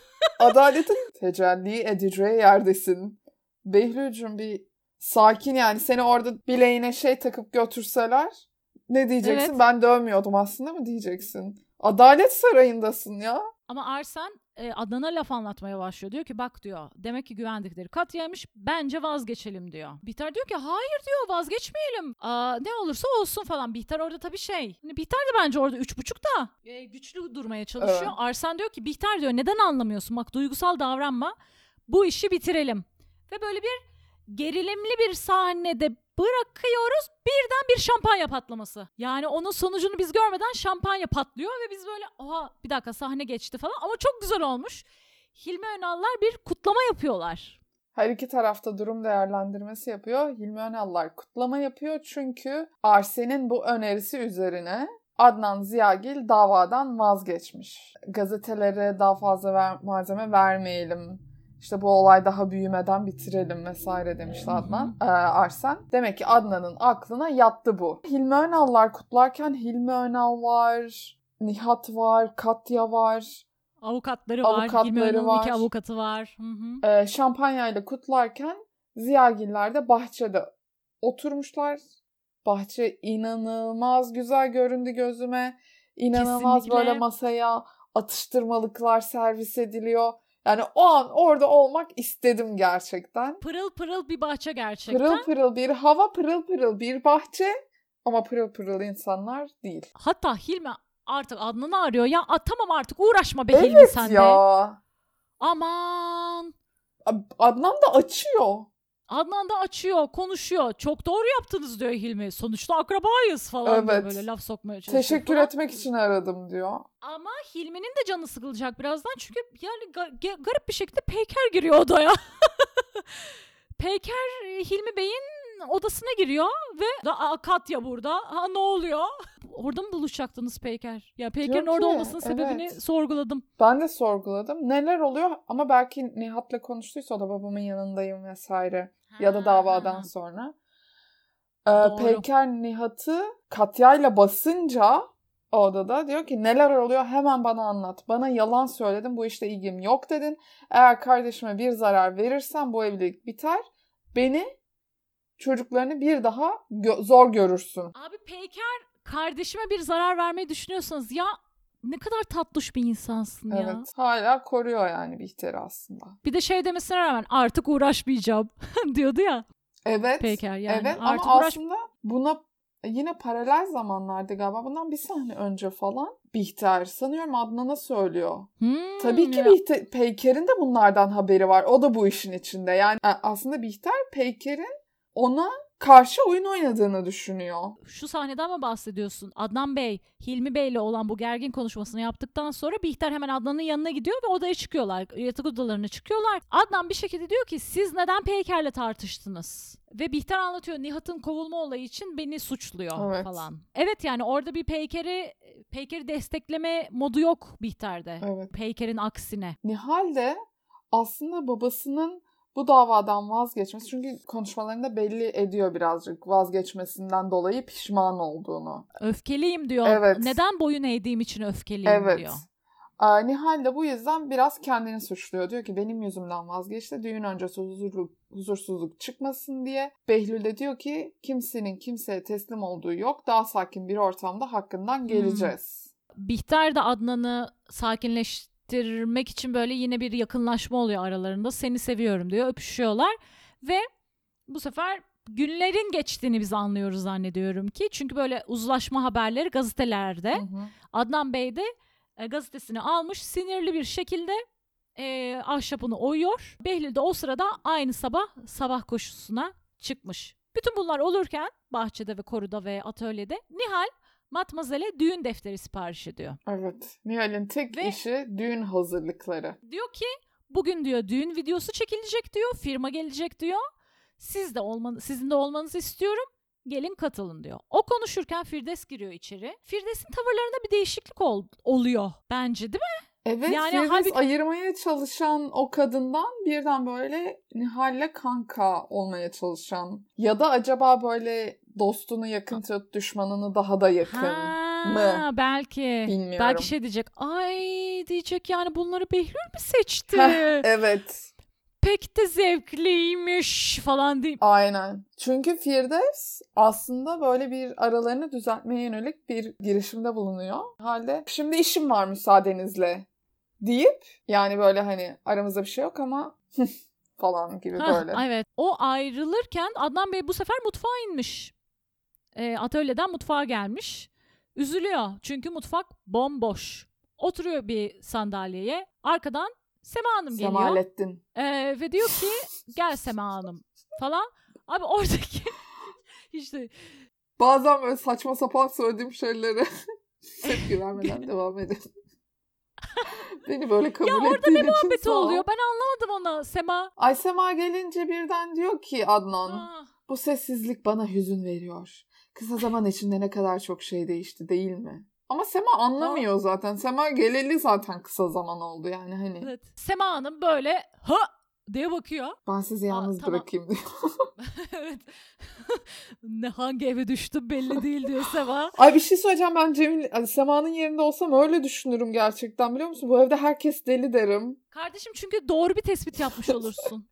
tecelli edeceği yerdesin. Behlül'cüm bir sakin yani. Seni orada bileğine şey takıp götürseler ne diyeceksin? Evet. Ben dövmüyordum aslında mı diyeceksin? Adalet sarayındasın ya. Ama Arsen Adnan'a laf anlatmaya başlıyor. Diyor ki bak diyor demek ki güvendikleri Katya'ymış bence vazgeçelim diyor. Bihter diyor ki hayır diyor vazgeçmeyelim. Ne olursa olsun falan. Bihter orada tabii Bihter de bence orada 3,5 da güçlü durmaya çalışıyor. Evet. Arsen diyor ki Bihter diyor neden anlamıyorsun? Bak duygusal davranma. Bu işi bitirelim. Ve böyle bir gerilimli bir sahnede bırakıyoruz birden bir şampanya patlaması. Yani onun sonucunu biz görmeden şampanya patlıyor ve biz böyle oha bir dakika sahne geçti falan ama çok güzel olmuş. Hilmi Önallar bir kutlama yapıyorlar. Her iki tarafta durum değerlendirmesi yapıyor. Hilmi Önallar kutlama yapıyor çünkü Arsen'in bu önerisi üzerine Adnan Ziyagil davadan vazgeçmiş. Gazetelere daha fazla malzeme vermeyelim. İşte bu olay daha büyümeden bitirelim vesaire demişti Arsen. Demek ki Adnan'ın aklına yattı bu. Hilmi Önallar kutlarken Hilmi Önal var, Nihat var, Katya var. Avukatları var. Hilmi Önal'ın 2 avukatı var. Şampanyayla kutlarken Ziyagiller de bahçede oturmuşlar. Bahçe inanılmaz güzel göründü gözüme. İnanılmaz Kesinlikle. böyle masaya atıştırmalıklar servis ediliyor. Yani o an orada olmak istedim gerçekten. Pırıl pırıl bir bahçe gerçekten. Pırıl pırıl bir hava, pırıl pırıl bir bahçe ama pırıl pırıl insanlar değil. Hatta Hilmi artık Adnan'ı arıyor. Ya tamam artık uğraşma be Hilmi sen de. Ya. Aman. Adnan da açıyor. Adnan da açıyor, konuşuyor. Çok doğru yaptınız diyor Hilmi. Sonuçta akrabayız falan diyor, böyle laf sokmaya çalışıyor. Teşekkür falan. etmek için aradım diyor. Ama Hilmi'nin de canı sıkılacak birazdan. Çünkü yani garip bir şekilde Peyker giriyor odaya. Peyker Hilmi Bey'in odasına giriyor ve Katya burada. Ha ne oluyor? Orada mı buluşacaktınız Peyker? Ya Peyker'in orada olmasının sebebini sorguladım. Ben de sorguladım. Neler oluyor? Ama belki Nihat'la konuştuysa o da babamın yanındayım vesaire. Ya da davadan sonra. Peyker Nihat'ı Katya'yla basınca odada diyor ki neler oluyor hemen bana anlat. Bana yalan söyledin, bu işte ilgim yok dedin. Eğer kardeşime bir zarar verirsen bu evlilik biter. Beni, çocuklarını bir daha zor görürsün. Abi Peyker kardeşime bir zarar vermeyi düşünüyorsanız ya ne kadar tatlış bir insansın ya. Evet, hala koruyor yani Bihter'i aslında. Bir de şey demesine rağmen artık uğraşmayacağım diyordu ya. Evet. Peyker yani. Evet artık ama aslında buna yine paralel zamanlarda galiba bundan bir sahne önce falan Bihter sanıyorum Adnan'a söylüyor. Tabii ki Peyker'in de bunlardan haberi var. O da bu işin içinde. Yani aslında Bihter Peyker'in ona karşı oyun oynadığını düşünüyor. Şu sahneden mi bahsediyorsun? Adnan Bey, Hilmi Bey'le olan bu gergin konuşmasını yaptıktan sonra Bihter hemen Adnan'ın yanına gidiyor ve odaya çıkıyorlar. Yatak odalarına çıkıyorlar. Adnan bir şekilde diyor ki siz neden Peyker'le tartıştınız? Ve Bihter anlatıyor Nihat'ın kovulma olayı için beni suçluyor falan. Evet yani orada bir Peyker'i destekleme modu yok Bihter'de. Evet. Peyker'in aksine. Nihal de aslında babasının bu davadan vazgeçmesi, çünkü konuşmalarında belli ediyor birazcık vazgeçmesinden dolayı pişman olduğunu. Öfkeliyim diyor. Evet. Neden boyun eğdiğim için öfkeliyim diyor. Nihal de bu yüzden biraz kendini suçluyor. Diyor ki benim yüzümden vazgeçti. Düğün öncesi huzursuzluk çıkmasın diye. Behlül de diyor ki kimsenin kimseye teslim olduğu yok. Daha sakin bir ortamda hakkından geleceğiz. Bihter de Adnan'ı sakinleştirmek için böyle yine bir yakınlaşma oluyor aralarında. Seni seviyorum diyor. Öpüşüyorlar ve bu sefer günlerin geçtiğini biz anlıyoruz zannediyorum ki. Çünkü böyle uzlaşma haberleri gazetelerde. Adnan Bey de gazetesini almış, sinirli bir şekilde ahşapını oyuyor. Behlül de o sırada aynı sabah koşusuna çıkmış. Bütün bunlar olurken bahçede ve koruda ve atölyede Nihal Matmazel'e düğün defteri sipariş ediyor. Evet. Nihal'in tek işi düğün hazırlıkları. Diyor ki bugün diyor düğün videosu çekilecek diyor. Firma gelecek diyor. Sizin de olmanızı istiyorum. Gelin katılın diyor. O konuşurken Firdevs giriyor içeri. Firdevs'in tavırlarında bir değişiklik oluyor bence, değil mi? Evet, yani Firdevs ayırmaya çalışan o kadından birden böyle Nihal'le kanka olmaya çalışan. Ya da acaba böyle dostunu yakın tutup düşmanını daha da yakın mı? Belki. Bilmiyorum. Belki şey diyecek. Ay diyecek yani bunları Behlül mü seçti? Evet. Pek de zevkliymiş falan diyeyim. Aynen. Çünkü Firdevs aslında böyle bir aralarını düzeltmeye yönelik bir girişimde bulunuyor. Halde şimdi işim var müsaadenizle deyip yani böyle hani aramızda bir şey yok ama falan gibi böyle. Evet. O ayrılırken Adnan Bey bu sefer mutfağa inmiş. Atölyeden mutfağa gelmiş. Üzülüyor çünkü mutfak bomboş. Oturuyor bir sandalyeye. Arkadan Sema Hanım geliyor. Semalettin. Ve diyor ki gel Sema Hanım falan. Abi oradaki işte bazen böyle saçma sapan söylediğim şeylere tepki vermeden devam edin. Beni böyle kabul Ya ettiğin orada ne için muhabbeti sağ ol. oluyor? Ben anlamadım ona Sema. Ay Sema gelince birden diyor ki Adnan, Ah, bu sessizlik bana hüzün veriyor. Kısa zaman içinde ne kadar çok şey değişti değil mi? Ama Sema anlamıyor zaten. Sema geleli zaten kısa zaman oldu yani hani. evet. Sema Hanım böyle ha diye bakıyor. Ben sizi yalnız tamam. bırakayım diyor. Evet. Ne hangi eve düştüm belli değil diyor Sema. Ay bir şey söyleyeceğim, ben Sema'nın yerinde olsam öyle düşünürüm gerçekten, biliyor musun? Bu evde herkes deli derim. Kardeşim çünkü doğru bir tespit yapmış olursun.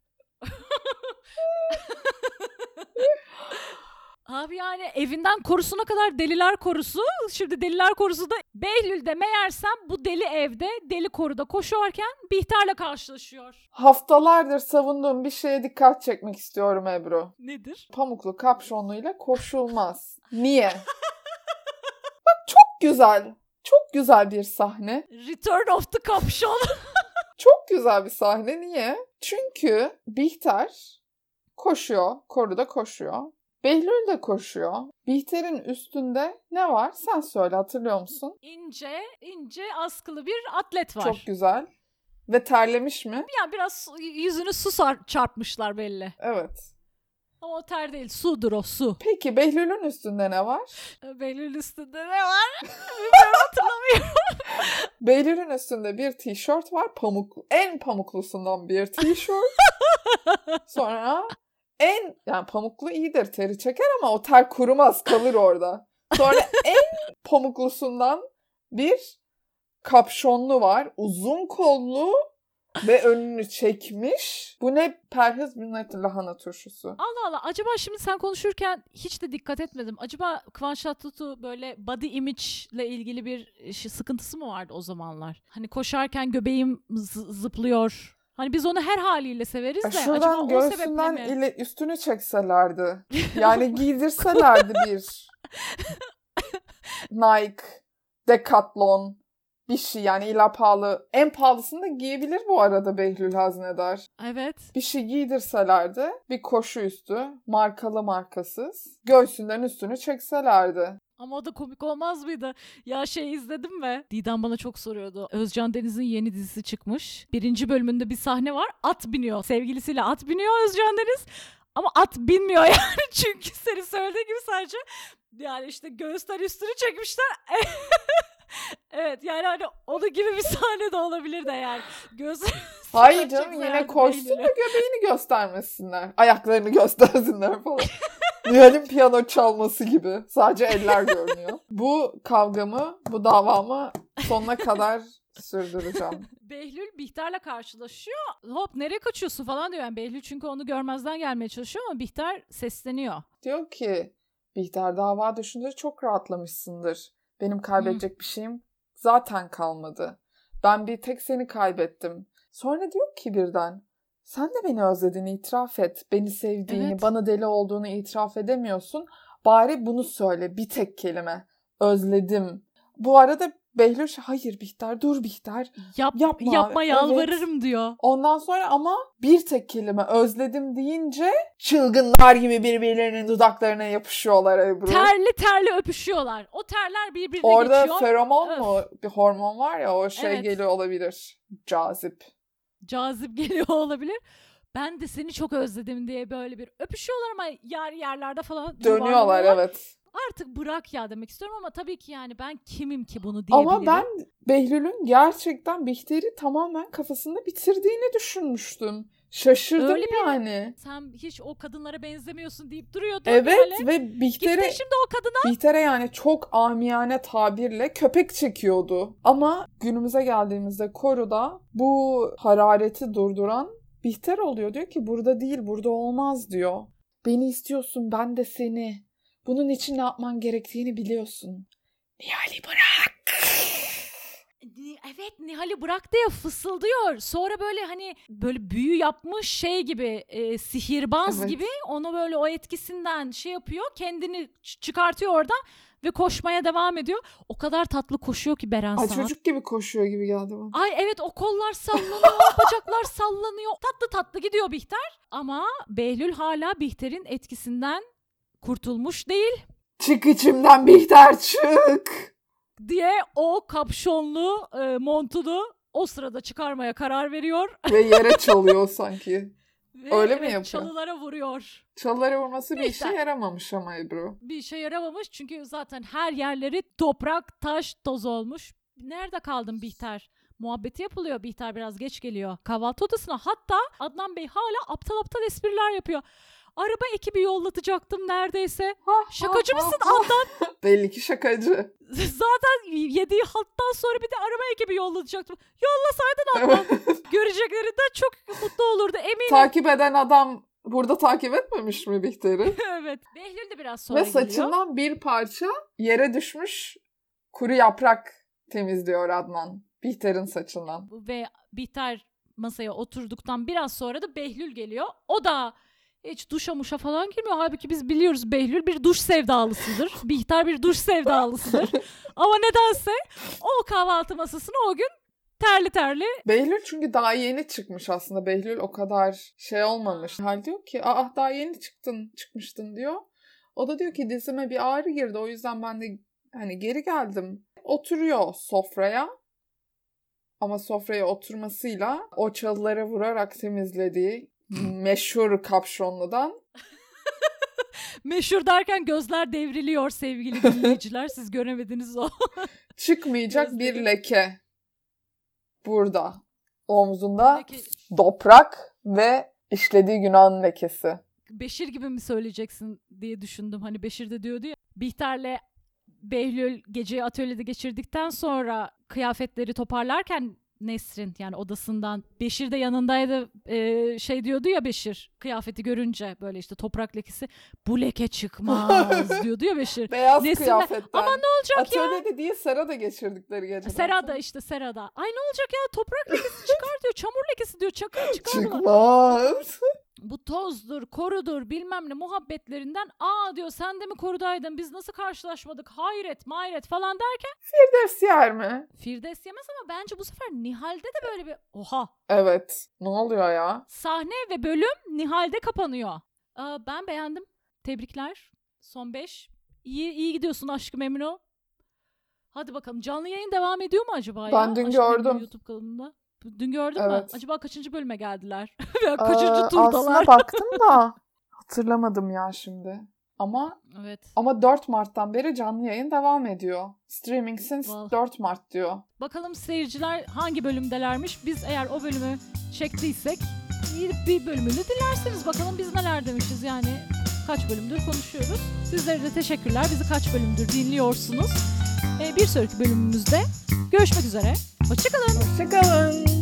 Abi yani evinden korusuna kadar deliler korusu. Şimdi deliler korusu da Behlül'de meğersem bu deli evde deli koruda koşarken Bihter'le karşılaşıyor. Haftalardır savunduğum bir şeye dikkat çekmek istiyorum Ebru. Nedir? Pamuklu kapşonluyla koşulmaz. Niye? Bak çok güzel. Çok güzel bir sahne. Return of the Caption. Çok güzel bir sahne. Niye? Çünkü Bihter koşuyor. Koruda koşuyor. Behlül de koşuyor. Bihter'in üstünde ne var? Sen söyle, hatırlıyor musun? İnce askılı bir atlet var. Çok güzel. Ve terlemiş mi? Ya biraz yüzünü su çarpmışlar belli. Evet. Ama o ter değil, sudur o, su. Peki Behlül'ün üstünde ne var? Behlül üstünde ne var? Bilmiyorum, hatırlamıyorum. Behlül'ün üstünde bir tişört var. En pamuklusundan bir tişört. Sonra yani pamuklu iyidir, teri çeker ama o ter kurumaz, kalır orada. Sonra en pamuklusundan bir kapşonlu var. Uzun kollu ve önünü çekmiş. Bu ne perhiz minnetli lahana turşusu. Allah Allah, acaba şimdi sen konuşurken hiç de dikkat etmedim. Acaba Kıvanç Tatlıtuğ böyle body image ile ilgili bir sıkıntısı mı vardı o zamanlar? Hani koşarken göbeğim zıplıyor. Hani biz onu her haliyle severiz de acaba Şuradan o sebeple göğsünden mi? üstünü çekselerdi. Yani giydirselerdi bir Nike, Decathlon bir şey, yani illa pahalı. En pahalısını da giyebilir bu arada Behlül Haznedar. Evet. Bir şey giydirselerdi, bir koşu üstü, markalı markasız, göğsünden üstünü çekselerdi. Ama o da komik olmaz mıydı? Ya izledim mi? Didem bana çok soruyordu. Özcan Deniz'in yeni dizisi çıkmış. 1. bölümünde bir sahne var. At biniyor. Sevgilisiyle at biniyor Özcan Deniz. Ama at binmiyor yani. Çünkü senin söylediğin gibi sadece yani işte göğüsten üstünü çekmişler. Evet yani hani onun gibi bir sahne de olabilir de yani. Hayır canım, yine koşsun da göbeğini göstermesinler. Ayaklarını göstersinler falan. Nihal'in piyano çalması gibi. Sadece eller görünüyor. Bu kavgamı, bu davamı sonuna kadar sürdüreceğim. Behlül Bihter'le karşılaşıyor. Hop nereye kaçıyorsun falan diyor. Yani Behlül çünkü onu görmezden gelmeye çalışıyor ama Bihter sesleniyor. Diyor ki Bihter, dava düşünce çok rahatlamışsındır. Benim kaybedecek bir şeyim zaten kalmadı. Ben bir tek seni kaybettim. Sonra diyor ki birden, sen de beni özlediğini itiraf et. Beni sevdiğini, Evet. bana deli olduğunu itiraf edemiyorsun. Bari bunu söyle, bir tek kelime. Özledim. Bu arada Behlül, hayır Bihter, dur Bihter. Yapma yalvarırım Evet. diyor. Ondan sonra ama bir tek kelime özledim deyince çılgınlar gibi birbirlerinin dudaklarına yapışıyorlar Ebru. Terli öpüşüyorlar. O terler birbirine Orada geçiyor. feromon mu? Bir hormon var ya, o Evet. geliyor olabilir. Cazip. Cazip geliyor olabilir. Ben de seni çok özledim diye böyle bir öpüşüyorlar ama yerlerde falan Dönüyorlar, yuvarlanıyorlar. evet. Artık bırak ya demek istiyorum ama tabii ki yani ben kimim ki bunu diyebilirim. Ama ben Behlül'ün gerçekten Bihter'i tamamen kafasında bitirdiğini düşünmüştüm. Şaşırdım Öyle bir- yani. Sen hiç o kadınlara benzemiyorsun deyip duruyordu. Evet böyle. ve Gitti Bihter'e şimdi o kadına. Bihter'e yani çok amiyane tabirle köpek çekiyordu. Ama günümüze geldiğimizde koruda bu harareti durduran Bihter oluyor. Diyor ki burada değil, burada olmaz diyor. Beni istiyorsun, ben de seni. Bunun için ne yapman gerektiğini biliyorsun. Nihal'i bırak. Evet, Nihal'i bırak diye fısıldıyor. Sonra böyle hani böyle büyü yapmış gibi sihirbaz Evet. gibi onu böyle o etkisinden yapıyor. Kendini çıkartıyor oradan ve koşmaya devam ediyor. O kadar tatlı koşuyor ki Beren Ay, Saat. çocuk gibi koşuyor gibi geldi bana. Ay evet, o kollar sallanıyor, bacaklar sallanıyor. Tatlı tatlı gidiyor Bihter. Ama Behlül hala Bihter'in etkisinden kurtulmuş değil Çık içimden Bihter, çık. diye o kapşonlu montunu o sırada çıkarmaya karar veriyor. Ve yere çalıyor sanki. Ve Öyle mi evet, yapıyor? çalılara vuruyor. Çalılara vurması bir işe Bihter. yaramamış ama Ebru. Bir işe yaramamış çünkü zaten her yerleri toprak, taş, toz olmuş. Nerede kaldın Bihter? Muhabbeti yapılıyor. Bihter biraz geç geliyor kahvaltı odasına. Hatta Adnan Bey hala aptal aptal espriler yapıyor. Araba ekibi yollatacaktım neredeyse. Şakacı mısın Adnan? Belli ki şakacı. Zaten yediği halttan sonra bir de araba ekibi yollatacaktım. Yollasaydın Adnan. Göreceklerinden çok mutlu olurdu eminim. Takip eden adam burada takip etmemiş mi Bihter'i? Evet. Behlül de biraz sonra Ve geliyor. saçından bir parça yere düşmüş kuru yaprak temizliyor Adnan. Bihter'in saçından. Ve Bihter masaya oturduktan biraz sonra da Behlül geliyor. O da hiç duşa muşa falan girmiyor. Halbuki biz biliyoruz Behlül bir duş sevdalısıdır. Bihter bir duş sevdalısıdır. Ama nedense o kahvaltı masasına o gün terli terli. Behlül çünkü daha yeni çıkmış aslında. Behlül o kadar şey olmamış. Hal diyor ki daha yeni çıkmıştın diyor. O da diyor ki dizime bir ağrı girdi. O yüzden ben de hani geri geldim. Oturuyor sofraya. Ama sofraya oturmasıyla o çalılara vurarak temizlediği meşhur kapşonludan. Meşhur derken gözler devriliyor sevgili dinleyiciler. Siz göremediniz o. Çıkmayacak Gözleri. bir leke. Burada. Omzunda Peki toprak ve işlediği günahın lekesi. Beşir gibi mi söyleyeceksin diye düşündüm. Hani Beşir de diyordu ya. Bihter'le Behlül geceyi atölyede geçirdikten sonra kıyafetleri toparlarken Nesrin yani odasından Beşir de yanındaydı şey diyordu ya Beşir kıyafeti görünce böyle işte toprak lekesi bu leke çıkmaz diyordu ya Beşir. Beyaz Nesrin'e, kıyafetten. Ama ne olacak ya? Atölyede değil Sera'da geçirdikleri geceden. Serada işte Serada. Ay ne olacak ya toprak lekesi çıkar diyor. Çamur lekesi diyor. Çıkar mı? Çıkmaz. Bu tozdur, korudur bilmem ne muhabbetlerinden diyor sen de mi korudaydın biz nasıl karşılaşmadık hayret falan derken Firdevs yer mi? Firdevs yemez ama bence bu sefer Nihal'de de böyle bir oha Evet. Ne oluyor ya? sahne ve bölüm Nihal'de kapanıyor. Ben beğendim. Tebrikler. Son 5. İyi gidiyorsun Aşk-ı Memnu. Hadi bakalım canlı yayın devam ediyor mu acaba ya? Ben dün Aşk-ı Memnu gördüm. YouTube kanalında. Dün gördün mü? Evet. Acaba kaçıncı bölüme geldiler? Veya kaçıncı turdalar? Aslında baktım da hatırlamadım ya şimdi. Evet. Ama 4 Mart'tan beri canlı yayın devam ediyor. Streaming since Wow. 4 Mart diyor. Bakalım seyirciler hangi bölümdelermiş? Biz eğer o bölümü çektiysek bir bölümünü dinlersiniz. Bakalım biz neler demişiz yani. Kaç bölümdür konuşuyoruz. Sizlere de teşekkürler. Bizi kaç bölümdür dinliyorsunuz. Bir sonraki bölümümüzde görüşmek üzere. Hoşçakalın. Hoşçakalın.